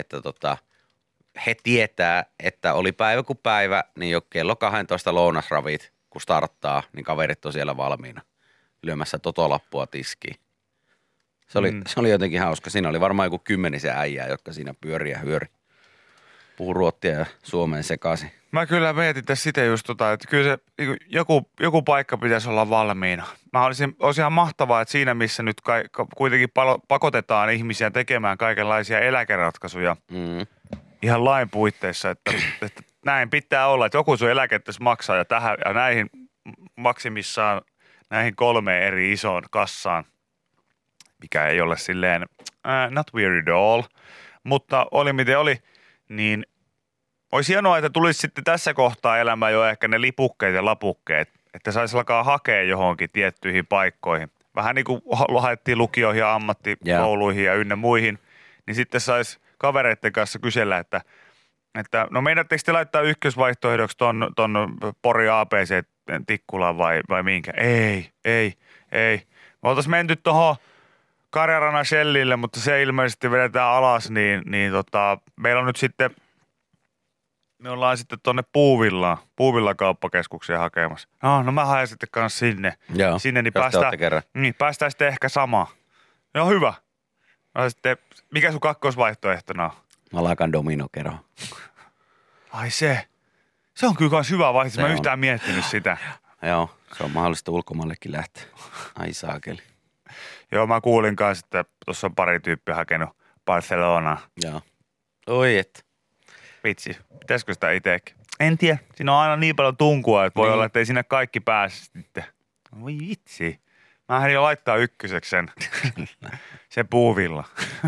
he tietää, että oli päivä kuin päivä, niin jo kello 12 lounasravit, kun starttaa, niin kaverit on siellä valmiina lyömässä totolappua tiskiin. Se oli jotenkin hauska. Siinä oli varmaan joku 10 äijää, jotka siinä pyörii ja hyöri. Puhuu ruottia ja suomeen sekaisin. Mä kyllä mietin tässä sitä just että kyllä se joku paikka pitäisi olla valmiina. Olisi ihan mahtavaa, että siinä missä nyt kuitenkin pakotetaan ihmisiä tekemään kaikenlaisia eläkeratkaisuja ihan lain puitteissa, että näin pitää olla, että joku sun eläkettä maksaa ja näihin maksimissaan näihin 3 eri isoon kassaan, mikä ei ole silleen not weird at all, mutta oli miten oli, niin olisi hienoa, että tulisi sitten tässä kohtaa elämään jo ehkä ne lipukkeet ja lapukkeet, että saisi alkaa hakea johonkin tiettyihin paikkoihin. Vähän niin kuin haettiin lukioihin ja ammattikouluihin ja ynnä muihin, niin sitten saisi kavereiden kanssa kysellä, että no meinaatteko te laittaa ykkösvaihtoehdoksi ton Pori ABC-tikkulaan vai minkä? Ei. Me oltaisiin menty tuohon Karjarana Shellille, mutta se ilmeisesti vedetään alas, niin meillä on nyt sitten, me ollaan sitten tuonne Puuvilla kauppakeskukseen hakemassa. No mä haen sitten kanssa sinne. Joo, sinne, niin päästään sitten ehkä samaan. No hyvä. No sitten, mikä sun kakkosvaihtoehtona on? Malakan dominokerho. Ai se. Se on kyllä kans hyvä vaihtoehto. Mä en yhtään miettinyt sitä. Joo, se on mahdollista ulkomaallekin lähteä. Ai saakeli. Joo, mä kuulin kanssa, että tuossa on pari tyyppiä hakenut Barcelonaa. Joo. Oi et. Vitsi, pitäisikö sitä itsekin? En tiedä. Siinä on aina niin paljon tunkua, että voi olla, että ei sinne kaikki pääse sitten. Voi vitsi. Mä ehdin jo laittaa ykköseksi sen Puuvilla.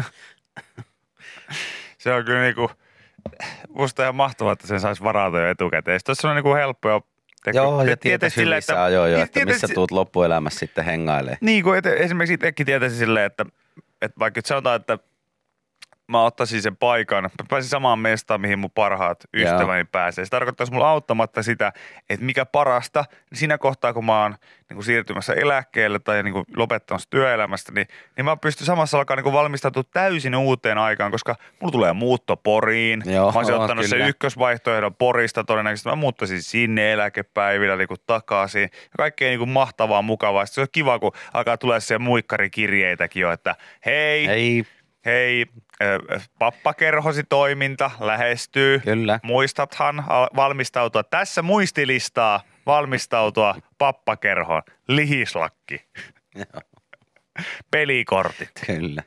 Se on kyllä niinku, musta ihan mahtavaa, että sen saisi varata jo etukäteen. Tuossa on niinku helppo jo. Joo, ja tietäisi hyvissä ajoin että missä tuut loppuelämässä sitten hengailee. Niin kuin esimerkiksi itsekin tietäisi silleen, että vaikka nyt sanotaan, että mä ottaisin sen paikan, mä pääsin samaan mestaan, mihin mun parhaat ystäväni pääsee. Se tarkoittaisi mulla auttamatta sitä, että mikä parasta, niin siinä kohtaa, kun mä oon niin siirtymässä eläkkeelle tai niin lopettamassa työelämästä, niin mä pystyn samassa alkaa niin valmistautua täysin uuteen aikaan, koska mulla tulee muutto Poriin. Joo, mä olisin ottanut sen ykkösvaihtoehdon Porista todennäköisesti. Mä muuttaisin sinne eläkepäivillä niin takaisin. Ja kaikkea niin mahtavaa, mukavaa. Sitten se on kiva, kun alkaa tulla se muikkarikirjeitäkin jo, että hei, pappakerhosi toiminta lähestyy. Kyllä. Muistathan valmistautua. Tässä muistilistaa valmistautua pappakerhoon. Lihislakki. Pelikortit. Kyllä.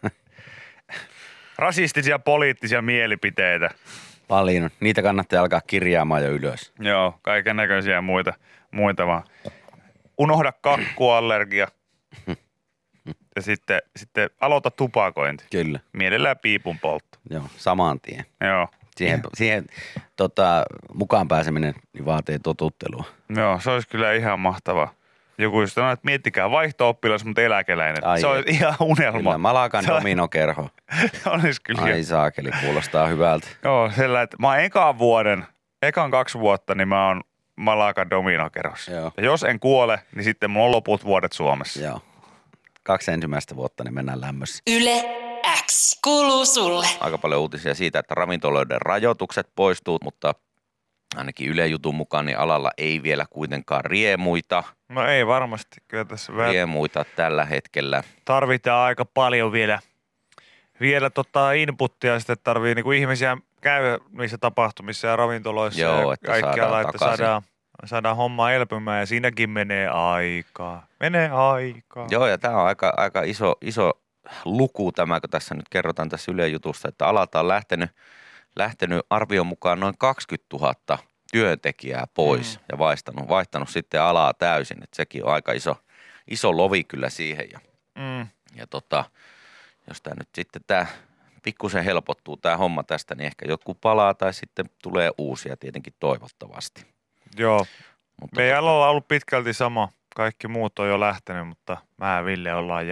Rasistisia poliittisia mielipiteitä. Paljon. Niitä kannattaa alkaa kirjaamaan jo ylös. Joo, kaiken näköisiä muita vaan. Unohda kakkuallergia. Ja sitten aloita tupakointi. Kyllä. Mielellään piipun poltto. Joo, saman tien. Joo. Siihen mukaan pääseminen niin vaatii totuttelua. Joo, se olisi kyllä ihan mahtavaa. Joku just sanoo, että miettikää vaihto-oppilas, mutta eläkeläinen. Se on ihan unelma. Kyllä, Malakan dominokerho. Olisi kyllä. Ai saakeli, kuulostaa hyvältä. Joo, sillä, että mä oon ekan 2 vuotta, niin mä oon Malakan dominokerhossa. Joo. Ja jos en kuole, niin sitten mulla on loput vuodet Suomessa. Joo. 2 ensimmäistä vuotta, niin mennään lämmössä. Yle X kuuluu sulle. Aika paljon uutisia siitä, että ravintoloiden rajoitukset poistuu, mutta ainakin Yle jutun mukaan niin alalla ei vielä kuitenkaan riemuita. No ei varmasti. Kyllä tässä riemuita tällä hetkellä. Tarvitaan aika paljon vielä inputtia, sitten tarvii niinku ihmisiä käydä niissä tapahtumissa ja ravintoloissa. Joo, ja että saadaan takaisin. saadaan homma elpymään ja siinäkin menee aikaa. Joo, ja tämä on aika iso luku tämä, kun tässä nyt kerrotaan tässä Ylen jutusta, että alalta on lähtenyt arvion mukaan noin 20 000 työntekijää pois ja vaihtanut sitten alaa täysin. Että sekin on aika iso lovi kyllä siihen. Ja jos tämä nyt sitten tämä pikkusen helpottuu tämä homma tästä, niin ehkä jotkut palaa tai sitten tulee uusia tietenkin toivottavasti. Joo, Mutta meidän alalla on ollut pitkälti sama. Kaikki muut on jo lähtenyt, mutta mä ja Ville ollaan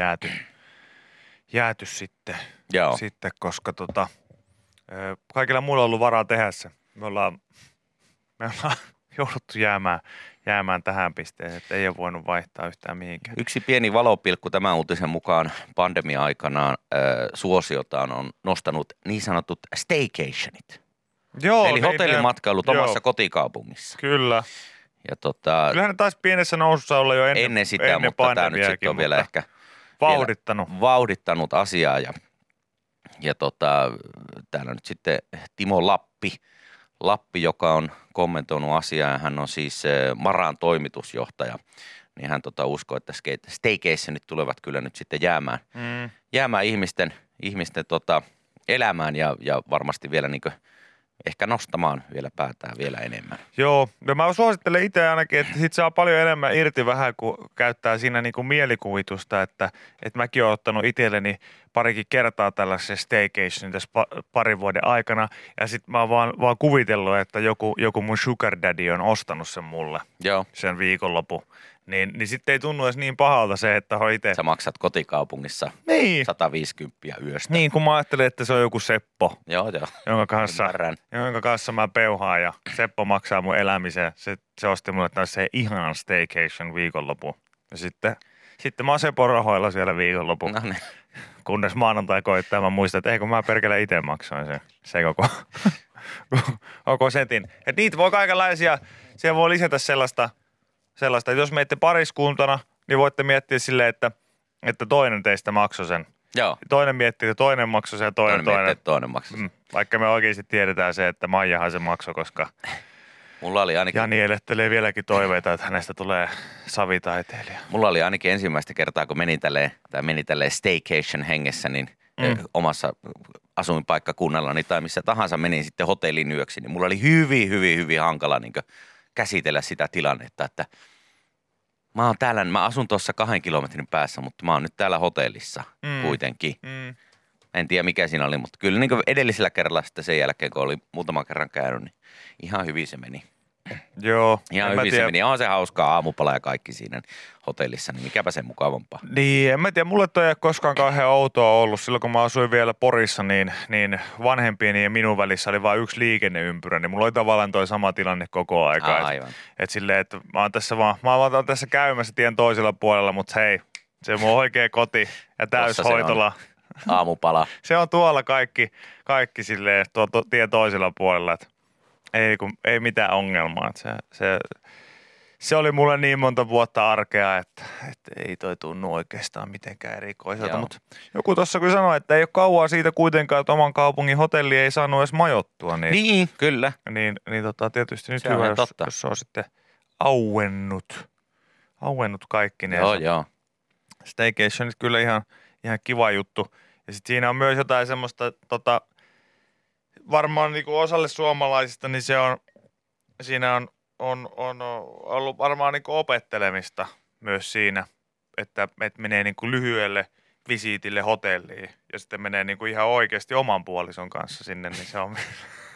jääty sitten, Joo. koska kaikilla muilla on ollut varaa tehdä se. Me ollaan jouduttu jäämään tähän pisteeseen, että ei ole voinut vaihtaa yhtään mihinkään. Yksi pieni valopilkku tämän uutisen mukaan pandemia-aikanaan suosiotaan on nostanut niin sanotut staycationit. Joo, Eli hotellimatkailut omassa kotikaupungissa. Kyllä. Ja Kyllähän ne taisi pienessä nousussa olla jo ennen sitä, mutta tämä nyt sitten on vielä ehkä vauhdittanut asiaa. Ja täällä nyt sitten Timo Lappi, joka on kommentoinut asiaa, ja hän on siis Maran toimitusjohtaja, niin hän uskoo, että staycationit tulevat kyllä nyt sitten jäämään ihmisten elämään ja varmasti vielä niin ehkä nostamaan vielä päätään vielä enemmän. Joo, ja mä suosittelen itse ainakin, että sit saa paljon enemmän irti vähän, kun käyttää siinä niinku mielikuvitusta, että mäkin oon ottanut itselleni parikin kertaa tällaisen staycationin tässä parin vuoden aikana, ja sitten mä oon vaan kuvitellut, että joku mun sugar daddy on ostanut sen mulle. Joo. Sen viikonlopun. Niin sitten ei tunnu edes niin pahalta se, että on itse. Sä maksat kotikaupungissa 150 yöstä. Niin, kun mä ajattelin, että se on joku Seppo. Joo. jonka kanssa mä peuhaan ja Seppo maksaa mun elämisen. Se osti mulle tällaisen ihanan staycation viikonlopun. Ja sitten mä oon Sepon rahoilla siellä viikonlopun. No niin. Kunnes maanantai koittaa, mä muistan, että kun mä perkele itse maksoin se koko setin. Et niitä voi kaikenlaisia, siellä voi lisätä sellaista, että jos menette pariskuntana, niin voitte miettiä silleen, että toinen teistä maksoi sen. Joo. Toinen miettii, että toinen maksoi sen ja toinen maksoi sen. Vaikka me oikeasti tiedetään se, että Maijahan se maksoi, koska mulla oli ainakin Jani elettelee vieläkin toiveita, että hänestä tulee savitaiteilija. Mulla oli ainakin ensimmäistä kertaa, kun meni tälleen staycation hengessä, niin omassa asuinpaikkakunnallani tai missä tahansa menin sitten hotellin yöksi, niin mulla oli hyvin hankala niin käsitellä sitä tilannetta, että mä asun tuossa 2 kilometrin päässä, mutta mä oon nyt täällä hotellissa kuitenkin. En tiedä mikä siinä oli, mutta kyllä niin edellisellä kerralla sitten sen jälkeen, kun oli muutaman kerran käynyt, niin ihan hyvin se meni. Joo. Ihan hyvin se meni. On se hauskaa aamupala ja kaikki siinä hotellissa, niin mikäpä sen mukavampaa. Niin, en mä tiedä. Mulle toi ei ole koskaan kauhean outoa ollut. Silloin kun mä asuin vielä Porissa, niin vanhempieni ja minun välissä oli vain yksi liikenneympyrä. Niin mulla oli tavallaan toi sama tilanne koko aika. Aivan. Et silleen, että mä oon tässä käymässä tien toisella puolella, mutta hei, se on mun oikea koti ja täyshoitola. Aamupala. Se on tuolla kaikki silleen tien toisella puolella, että ei mitään ongelmaa. Se oli mulle niin monta vuotta arkea, että ei toi tunnu oikeastaan mitenkään erikoiselta. Mutta joku tuossa kun sanoi, että ei ole kauaa siitä kuitenkaan, että oman kaupungin hotelli ei saanut edes majoittua. Niin kyllä. Niin tietysti nyt hyvä, jos on sitten auennut kaikki ne. Joo. Staycationit kyllä ihan kiva juttu. Ja sitten siinä on myös jotain semmoista, varmaan niinku osalle suomalaisista, niin siinä on ollut varmaan niinku opettelemista myös siinä, että menee niinku lyhyelle visiitille hotelliin ja sitten menee niinku ihan oikeasti oman puolison kanssa sinne, niin se on...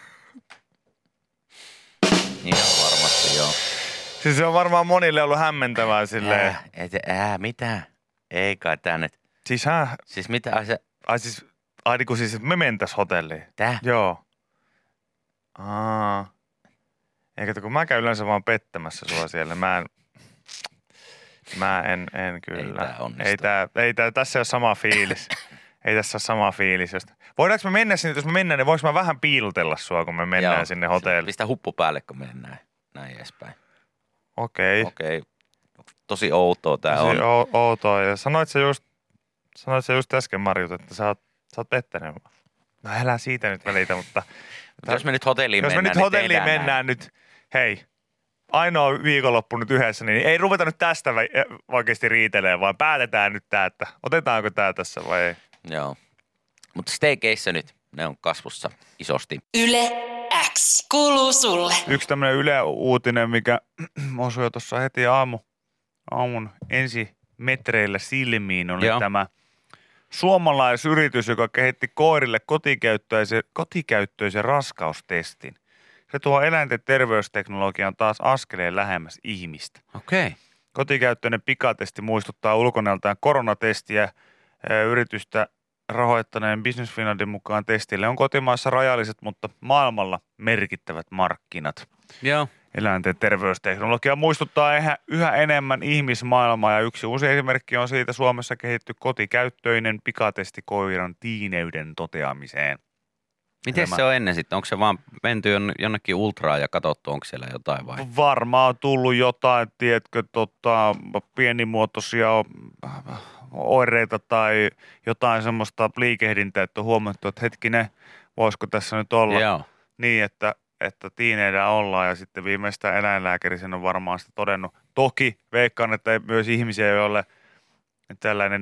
Ihan varmasti, joo. Siis se on varmaan monille ollut hämmentävää silleen. Mitä? Ei kai tänne. Siis mitä se... Siis me mentäis hotelliin. Tää? Joo. Eikä kun mä käyn yleensä vaan pettämässä sua siellä. Mä en kyllä. Ei tää tässä ole sama fiilis. Ei tässä ole sama fiilis. Voidaanko me mennä sinne, jos me mennään, niin voinko mä vähän piilotella sua, kun me mennään sinne hotelliin? Pistä huppu päälle, kun mennään näin edespäin. Okei. Tosi outoa tää on. Tosi outoa. Ja sanoit se just äsken, Marjut, että sä oot pettänyt. No älä siitä nyt välitä, mutta... Jos me nyt hotelliin mennään, nyt, hei, ainoa viikonloppu nyt yhdessä, niin ei ruveta nyt tästä oikeasti riitelemään, vaan päätetään nyt tää, että otetaanko tää tässä vai ei. Joo. Mutta staycation nyt, ne on kasvussa isosti. Yle X kuuluu sulle. Yksi tämmöinen Yle-uutinen, mikä osui jo tuossa heti aamun ensi metreillä silmiin, oli tämä suomalaisyritys, joka kehitti koirille kotikäyttöisen raskaustestin. Se tuo eläinten terveysteknologian taas askeleen lähemmäs ihmistä. Okei. Kotikäyttöinen pikatesti muistuttaa ulkonäöltään koronatestiä. Yritystä rahoittaneen Business Finlandin mukaan testille on kotimaassa rajalliset, mutta maailmalla merkittävät markkinat. Joo. Eläinten terveysteknologia muistuttaa yhä enemmän ihmismaailmaa ja yksi uusi esimerkki on siitä Suomessa kehitty kotikäyttöinen pikatesti koiran tiineyden toteamiseen. Miten se on ennen sitten? Onko se vaan menty jonnekin ultraan ja katsottu, onko siellä jotain vai? Varmaan tullut jotain, tiedätkö, pienimuotoisia oireita tai jotain semmoista liikehdintää, että on huomattu, että hetkinen, voisiko tässä nyt olla Joo. niin, että tiineillä ollaan ja sitten viimeistään eläinlääkäri sen on varmaan sitä todennut. Toki veikkaan, että myös ihmisiä, joille tällainen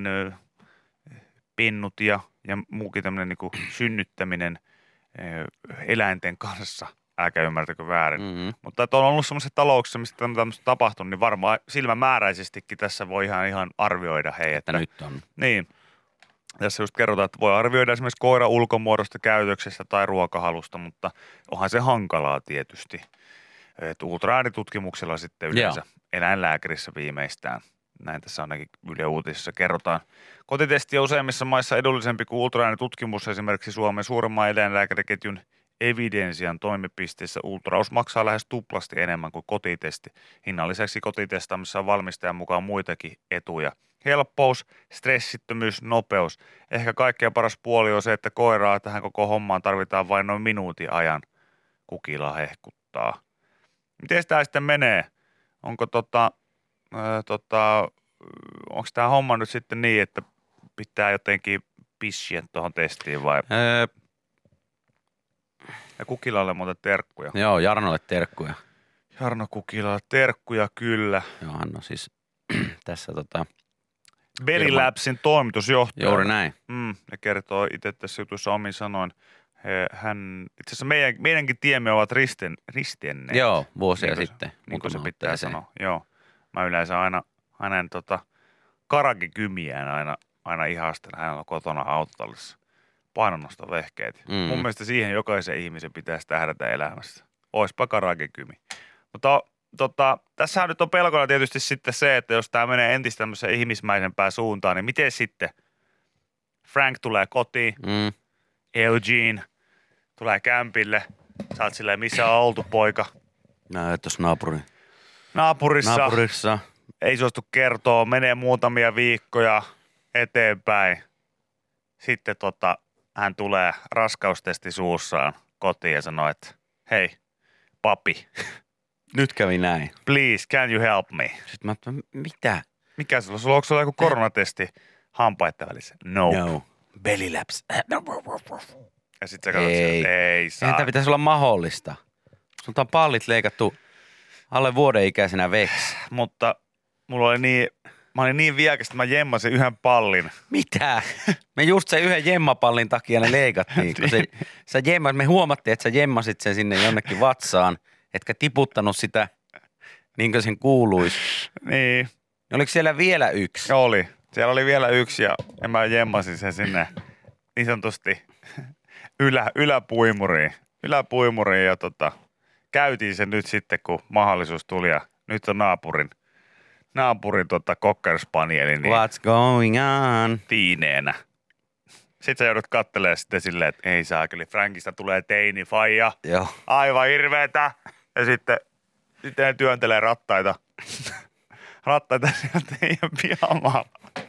pinnut ja muukin tämmöinen niin kuin synnyttäminen eläinten kanssa, älkää ymmärtäkö väärin. Mm-hmm. Mutta että on ollut semmoisia talouksia, mistä tämmöistä tapahtunut, niin varmaan silmämääräisestikin tässä voi ihan arvioida, hei, että nyt on. Niin. Tässä just kerrotaan, että voi arvioida esimerkiksi koiran ulkomuodosta, käytöksestä tai ruokahalusta, mutta onhan se hankalaa tietysti. Että ultraäänitutkimuksella sitten yleensä eläinlääkärissä viimeistään. Näin tässä ainakin Yle Uutisissa kerrotaan. Kotitesti on useimmissa maissa edullisempi kuin ultraäänitutkimus. Esimerkiksi Suomen suurimman eläinlääkäriketjun Evidensian toimipisteessä ultraus maksaa lähes tuplasti enemmän kuin kotitesti. Hinnan lisäksi kotitestaamissa on valmistajan mukaan muitakin etuja. Helppous, stressittömyys, nopeus. Ehkä kaikkein paras puoli on se, että koiraa tähän koko hommaan tarvitaan vain noin minuutin ajan. Kukila hehkuttaa. Miten tämä sitten menee? Onko onko tämä homma nyt sitten niin, että pitää jotenkin pissiä tuohon testiin vai? Ja Kukilalle muuten terkkuja. Joo, Jarnolle terkkuja. Jarno Kukilalle terkkuja, kyllä. Joo, hän on siis tässä Belly Labsin toimitusjohtaja. Juuri näin. Ne kertoo itse tässä jutussa omin sanoin. Hän, itse asiassa meidänkin tiemme ovat ristienneet. Joo, vuosia niin sitten. Niin kuin se pitää sanoa. Joo. Mä yleensä aina hänen karakekymiään aina ihastelen. Hänellä on kotona autotallissa painonnostovehkeet. Mun mielestä siihen jokaisen ihmisen pitäisi tähdätä elämässä. Oispa karakekymi. Mutta tässä nyt on pelkona tietysti sitten se, että jos tämä menee entistä tämmöiseen ihmismäisempään suuntaan, niin miten sitten Frank tulee kotiin, Eugene tulee kämpille, sä oot silleen, missä on oltu poika? Näin, tuossa Naapurissa. Ei suostu kertoa, menee muutamia viikkoja eteenpäin. Sitten hän tulee raskaustesti suussaan kotiin ja sanoo, että hei, papi. Nyt kävi näin. Please, can you help me? Sitten mä ajattelin, mitä? Mikä sulla? Onko sulla joku koronatesti hampaitten välissä? No. Belly Labs. Ja sit sä katsot sieltä, ei saa. Tämä pitäisi olla mahdollista. Sulta on pallit leikattu alle vuoden ikäisenä veksi. Mutta mä olin niin viekäs, että mä jemmasin yhden pallin. Mitä? Me just sen yhden jemmapallin takia ne leikattiin. Kun me huomattiin, että sä jemmasit sen sinne jonnekin vatsaan, etkä tiputtanut sitä niin kuin sen kuuluisi. Niin. Oliko siellä vielä yksi? Oli. Siellä oli vielä yksi ja mä jemmasin sen sinne niin sanotusti yläpuimuriin. Ja käytiin sen nyt sitten, kun mahdollisuus tuli ja nyt on naapurin Cocker Spanieli niin What's going on? tiineenä. Sitten sä joudut katselemaan sitten silleen, että ei saakeli, Frankista tulee teini, faija. Joo. Aivan hirveetä. Ja sitten ne työntelee rattaita sieltä teidän pihamaalla.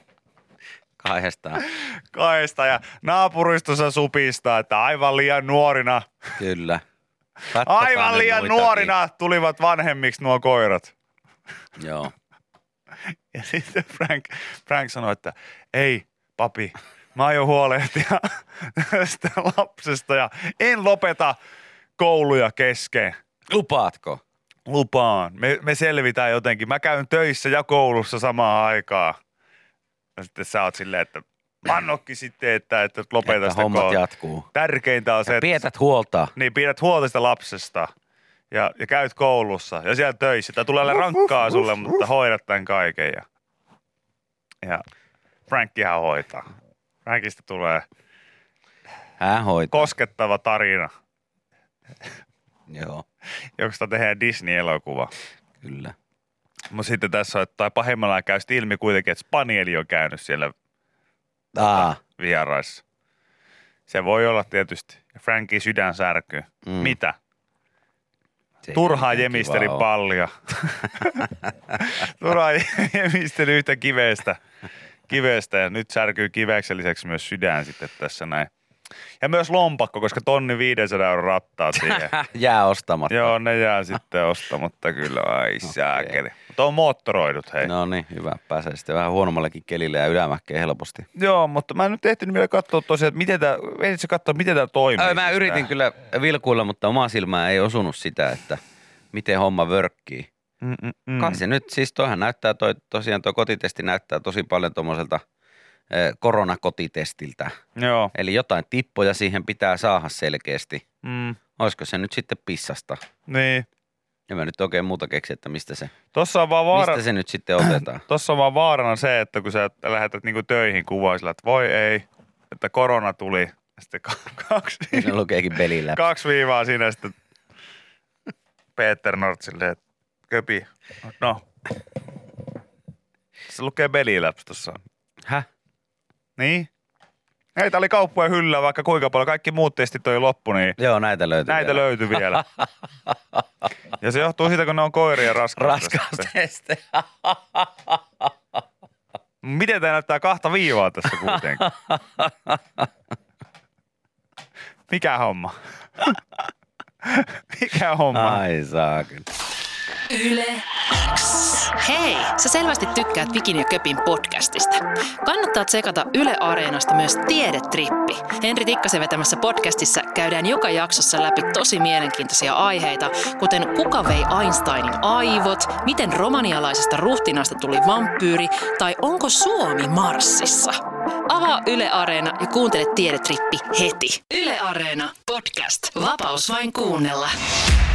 Kahdesta ja naapuristossa supistaa, että aivan liian nuorina. Kyllä. Aivan liian nuorina tulivat vanhemmiksi nuo koirat. Joo. Ja sitten Frank sanoi, että ei, papi, mä aion huolehtia tästä lapsesta ja en lopeta kouluja kesken. Lupaatko? Lupaan. Me selvitään jotenkin. Mä käyn töissä ja koulussa samaan aikaan. Ja sitten sä oot silleen, että annokki sitten, että lopeta Että sitä hommat jatkuu. Tärkeintä on se, Ja että pietät huolta. niin, pidät huolta sitä lapsesta ja käyt koulussa ja siellä töissä. Tää tulee rankkaa sulle, mutta hoidat tämän kaiken. Ja Frankkihan hoitaa. Frankista tulee Hän hoitaa. koskettava tarina, Joo, josta tehdään Disney-elokuva. kyllä. Mutta sitten tässä on, tai pahimmillaan käy ilmi kuitenkin, että Spanieli on käynyt siellä vieraissa. Se voi olla tietysti. Ja Frankin sydän särkyy. Mitä? Se ei Turhaa mitään jemisteli kivaa oo. pallia. Turhaa jemisteli yhtä kivestä ja nyt särkyy kiveyksen lisäksi myös sydän sitten tässä näin. Ja myös lompakko, koska 1,500 € rattaat siihen. Jää ostamatta. Joo, ne jää sitten ostamatta kyllä. Ai sääkeli. Mutta on moottoroidut, hei. No niin, hyvä. Pääsee sitten vähän huonommallekin kelille ja ylämäkkeen helposti. Joo, mutta mä en nyt ehtinyt vielä katsoa tosiaan, että miten tää toimii. Mä siis yritin tää. kyllä vilkuilla, mutta oma silmään ei osunut sitä, että miten homma vörkkii. Kai se nyt, siis toihan näyttää, tosiaan tuo kotitesti näyttää tosi paljon tuommoiselta koronakotitestiltä. Joo. Eli jotain tippoja siihen pitää saada selkeästi. Mm. Olisiko se nyt sitten pissasta? Niin. Ja mä nyt oikein muuta keksi, että mistä se nyt sitten otetaan. Tossa on vaan vaarana se, että kun sä lähetät niinku töihin kuvaa sillä, että voi ei, että korona tuli. Ja sitten Ne lukeekin pelillä. 2 viivaa siinä sitten Peter Nord silleen, että köpi. No. Se lukee Beliläps tossa. Häh? Niin? Ei, tää oli kauppojen hyllyllä vaikka kuinka paljon. Kaikki muut testit on jo loppu, niin Joo, näitä löytyy näitä vielä. löytyy vielä. Ja se johtuu siitä, kun ne on koirien raskaustesta. Raskausteste. Miten tää näyttää 2 viivaa tässä kuitenkin? Mikä homma? Mikä homma? Ai saakin. Yle X. Hei, sä selvästi tykkäät Vikin ja Köpin podcastista. Kannattaa tsekata Yle Areenasta myös Tiedetrippi. Henri Tikkasen vetämässä podcastissa käydään joka jaksossa läpi tosi mielenkiintoisia aiheita, kuten kuka vei Einsteinin aivot, miten romanialaisesta ruhtinaasta tuli vampyyri tai onko Suomi Marsissa. Avaa Yle Areena ja kuuntele Tiedetrippi heti. Yle Areena podcast. Vapaus vain kuunnella.